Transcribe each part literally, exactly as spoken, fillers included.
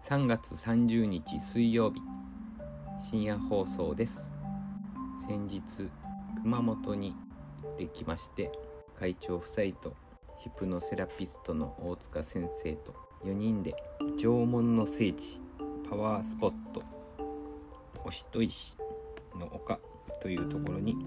さんがつさんじゅうにち水曜日、深夜放送です。先日熊本に行ってきまして、会長夫妻とヒプノセラピストの大塚先生とよにんで縄文の聖地パワースポットお人石の丘というところに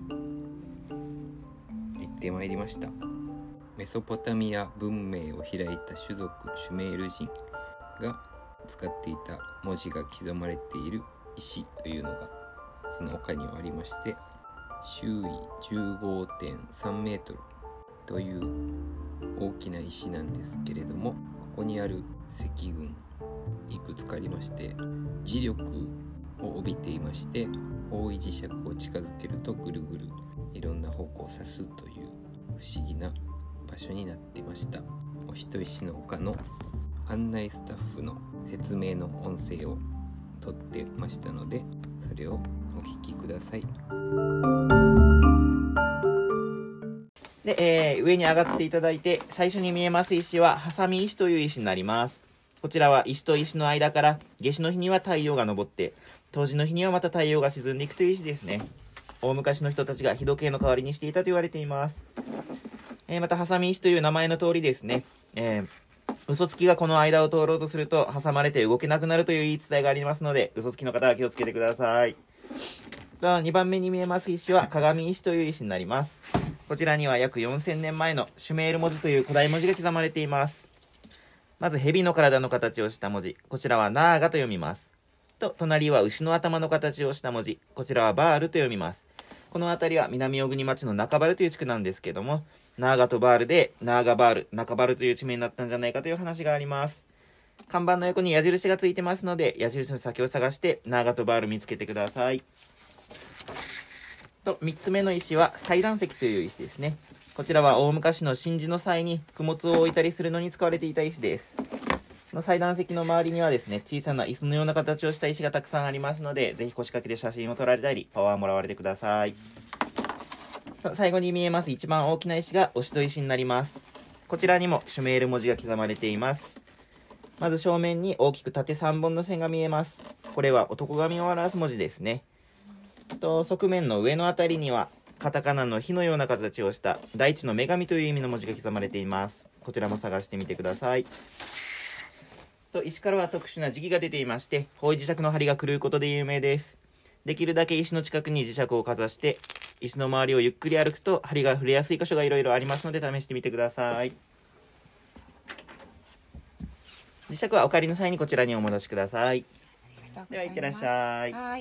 行ってまいりました。メソポタミア文明を開いた種族シュメール人が使っていた文字が刻まれている石というのがその丘にはありまして、周囲 じゅうごてんさんメートルという大きな石なんですけれども、ここにある石群いくつかありまして、磁力を帯びていまして、方位磁石を近づけるとぐるぐるいろんな方向を指すという不思議な場所になっていました。お人石の丘の案内スタッフの説明の音声を撮ってましたので、それをお聞きください。 で、えー、上に上がっていただいて、最初に見えます石はハサミ石という石になります。こちらは石と石の間から夏至の日には太陽が昇って、冬至の日にはまた太陽が沈んでいくという石ですね。大昔の人たちが日時計の代わりにしていたと言われています。えー、またハサミ石という名前の通りですね、えー、嘘つきがこの間を通ろうとすると挟まれて動けなくなるという言い伝えがありますので、嘘つきの方は気をつけてください。にばんめに見えます石は鏡石という石になります。こちらには約よんせんねんまえのシュメール文字という古代文字が刻まれています。まず蛇の体の形をした文字、こちらはナーガと読みます。と隣は牛の頭の形をした文字、こちらはバールと読みます。この辺りは南小国町の中原という地区なんですけども、ナーガとバールでナーガバール、中バルという地名になったんじゃないかという話があります。看板の横に矢印がついてますので、矢印の先を探してナーガとバール見つけてください。とみっつめの石は祭壇石という石ですね。こちらは大昔の神事の際に供物を置いたりするのに使われていた石です。この祭壇石の周りにはですね、小さな椅子のような形をした石がたくさんありますので、ぜひ腰掛けで写真を撮られたりパワーをもらわれてください。最後に見えます一番大きな石がお人石になります。こちらにもシュメール文字が刻まれています。まず正面に大きく縦さんぼんの線が見えます。これは男神を表す文字ですね。と側面の上のあたりにはカタカナの火のような形をした大地の女神という意味の文字が刻まれています。こちらも探してみてください。と石からは特殊な磁気が出ていまして、方位磁石の針が狂うことで有名です。できるだけ石の近くに磁石をかざして石の周りをゆっくり歩くと針が触れやすい箇所がいろいろありますので試してみてください。磁石はお帰りの際にこちらにお戻しください。ではいってらっしゃい。はい、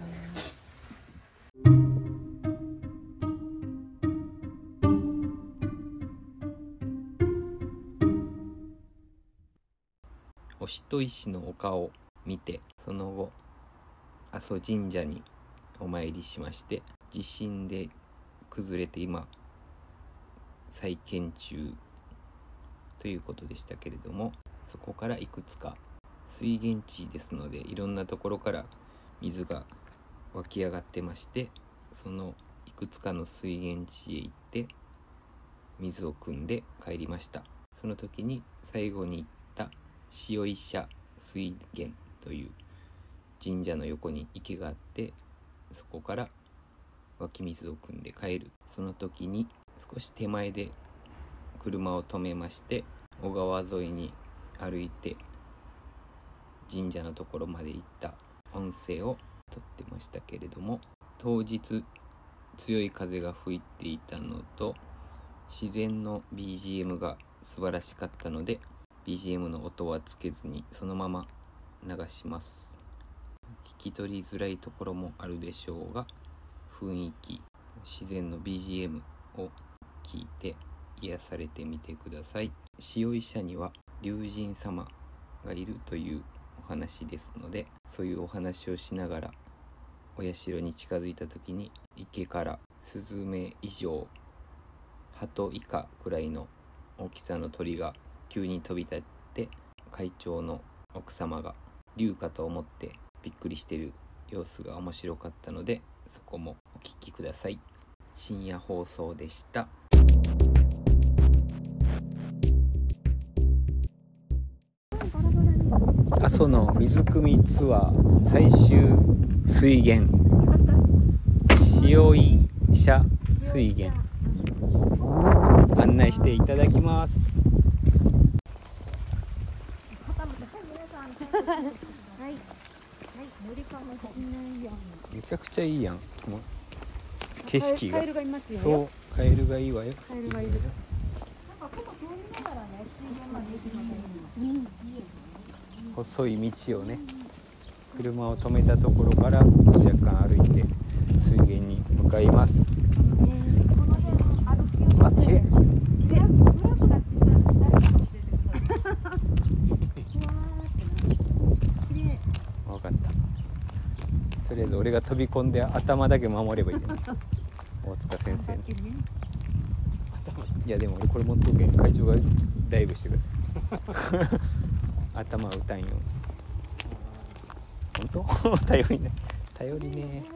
お人石の丘を見て、その後阿蘇神社にお参りしまして、地震で崩れて今再建中ということでしたけれども、そこからいくつか水源地ですので、いろんなところから水が湧き上がってまして、そのいくつかの水源地へ行って水を汲んで帰りました。その時に最後に行った塩医者水源という神社の横に池があって、そこから湧き水を汲んで帰る。その時に少し手前で車を止めまして、小川沿いに歩いて神社のところまで行った音声を撮ってましたけれども、当日強い風が吹いていたのと自然の ビージーエム が素晴らしかったので ビージーエム の音はつけずにそのまま流します。聞き取りづらいところもあるでしょうが、雰囲気、自然の ビージーエム を聞いて癒されてみてください。塩医者には龍神様がいるというお話ですので、そういうお話をしながらお社に近づいた時に、池からスズメ以上、鳩以下くらいの大きさの鳥が急に飛び立って、会長の奥様が龍かと思ってびっくりしている様子が面白かったので、そこもお聞きください。深夜放送でした。 バラバラに阿蘇の水汲みツアー最終水源塩井社水源案内していただきます。めちゃくちゃいいやん。もう景色が。 カエルがいますよ。 そう、カエルがいいわよ。 カエルがいる。なんかここ通りながらね、水源まで行きますね。 細い道をね、車を止めたところから若干歩いて水源に向かいます。あ、綺麗。分かった。とりあえず俺が飛び込んで頭だけ守ればいいね。大塚先生に。いやでも俺これ持っとけん、会長がダイブしてください。頭打たんよ。本当？頼りね。頼りね。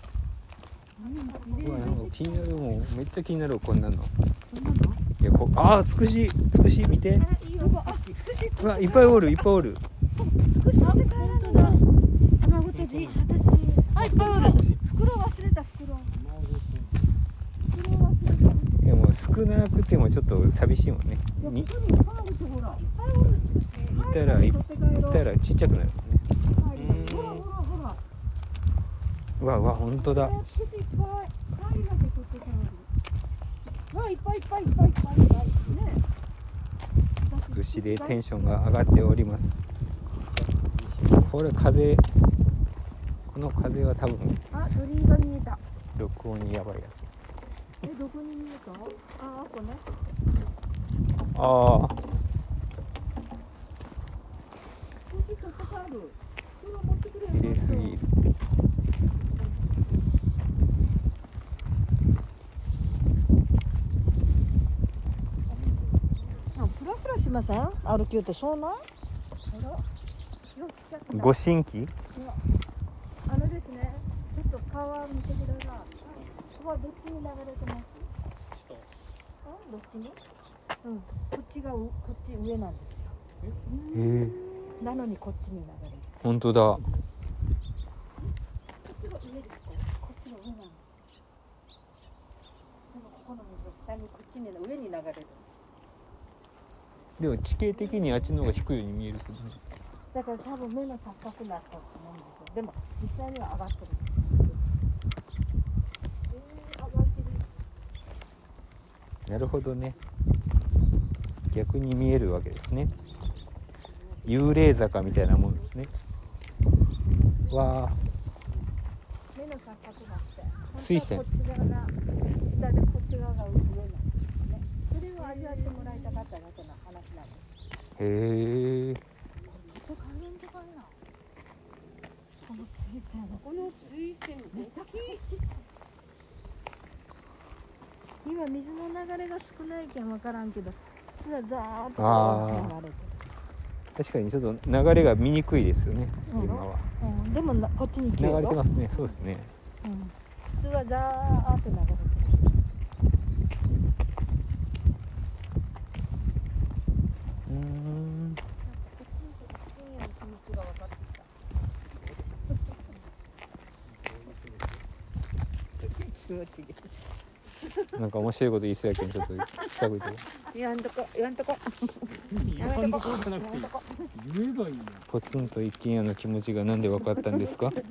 うわ、なんか気になる。もうめっちゃ気になる。こんなの。いや、こああ、つくし、つくし見て。うわ、いっぱいおる、いっぱいおる。 卵とじ、私。あ、いっぱいおる。袋忘れた、袋。袋忘れた。 いやもう少なくてもちょっと寂しいもんね。に。いたらい、いたらちっちゃくなるもんね。うわうわ、本当だ。つくしでテンションが上がっております。これ風、この風は多分あ、鳥居が見えた。 録音にやばいやつ。 え、どこに見えた？あ、あこね。 ああ。綺麗すぎる。 フラフラしません？歩きよってそうな？ ご新規？ あのですね、ちょっと川見てください。川どっちに流れてます？うん、どっちに？うん、こっちがこっち上なんですよ。 えー、 なのにこっちに流れる。 本当だ。 こっちが上ですか？こっちが上なんです。でもここの水が下にこっちに上に流れるんです。 でも地形的にあっちの方が低いように見えるけどね。 だから多分目の錯覚になったと思うんですよ。でも実際には上がってる。えー、上がってる。 なるほどね。逆に見えるわけですね。幽霊坂みたいなもんですね。わあ。 目の錯覚があって。 水仙。 こっち側が下でこっち側が上なんですね。それを味わってもらいたかっただけの話なんです。 へえ。 これ関連高いな。この水仙。この水仙めっちゃ大きい。今水の流れが少ないけん分からんけど、実はザーッと流れてる。 確かにちょっと流れが見にくいですよね、 うん、 今は。 うん、でもなこっちに流れてますね。そうですね。 うん、普通はザーッと流れてる。 うーん。なんか面白いこと言いそうやけんちょっと近くで言わんとこ言わんとこ言わんとこじゃなくて言えばいいの。 ポツンと一軒家の気持ちがなんで分かったんですか？ 独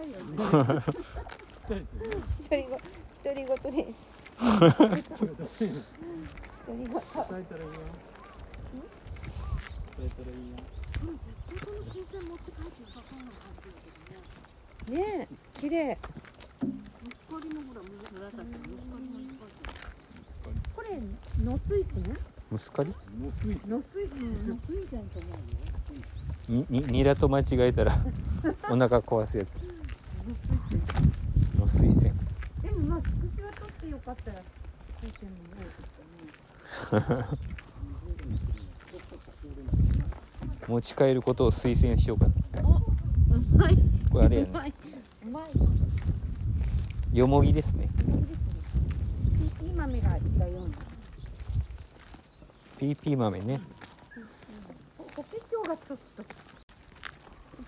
りご独り言で独り言。 伝えたらいいよ。伝えたらいいよ。 ねえ、綺麗。これ野水仙？ ムスカリ？ 野水野水仙、野水仙と思うよ。 ににニラと間違えたらお腹壊すやつ。野水仙。 でもまあつくしは取ってよかったら水仙も多いですよね。 持ち帰ることを推薦しようかな。 うまい。 これあれやね。 うまい。うまい。 よもぎですね。 ピーピー豆がいたような。 ピーピー豆ね。 法華経がちょっと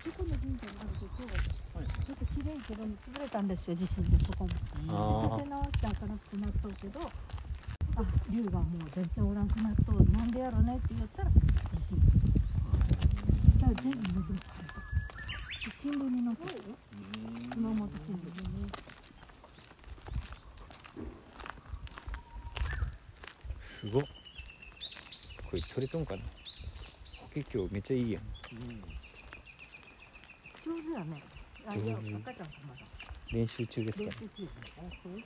そこの神社があると今日ちょっと綺麗けど潰れたんですよ、地震でそこも。 あ建て直して新しくなっとうけど、あ、竜がもう全然おらんくなっとう、なんでやろねって言ったら地震。だから全部水が枯れた。新聞に載ってるよ。熊本新聞ね。 すごっ。これ取れとんかな。結構めっちゃいいやん。 上手やね。あ、いや、赤ちゃんかまだ。 練習中ですかね。 練習中です。あ、そう。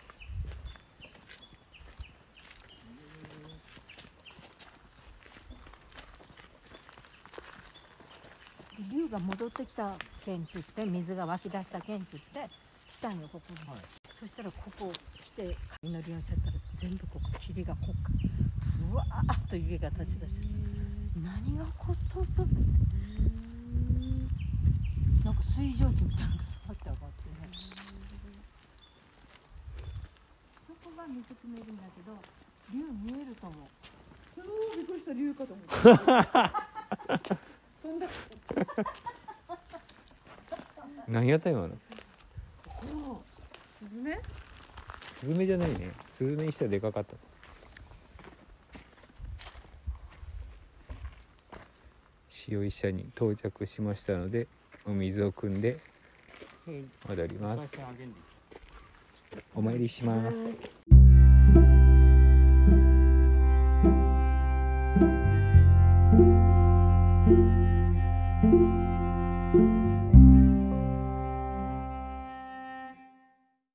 竜が戻ってきた県つって水が湧き出した県つって来たんよここに、はい、そしたらここ来て祈りをしちゃったら全部ここ霧がこっかふわーっと湯気が立ち出してさ、何が起こっとっとってなんか水蒸気みたいなのがパッて上がってね、そこが見つめるんだけど竜見えると思う。 そのびっくりした竜かと思ったそんな何やった今の。 スズメスズメじゃないね。スズメにしてはでかかった。塩医者に到着しましたのでお水を汲んで戻ります。お参りします。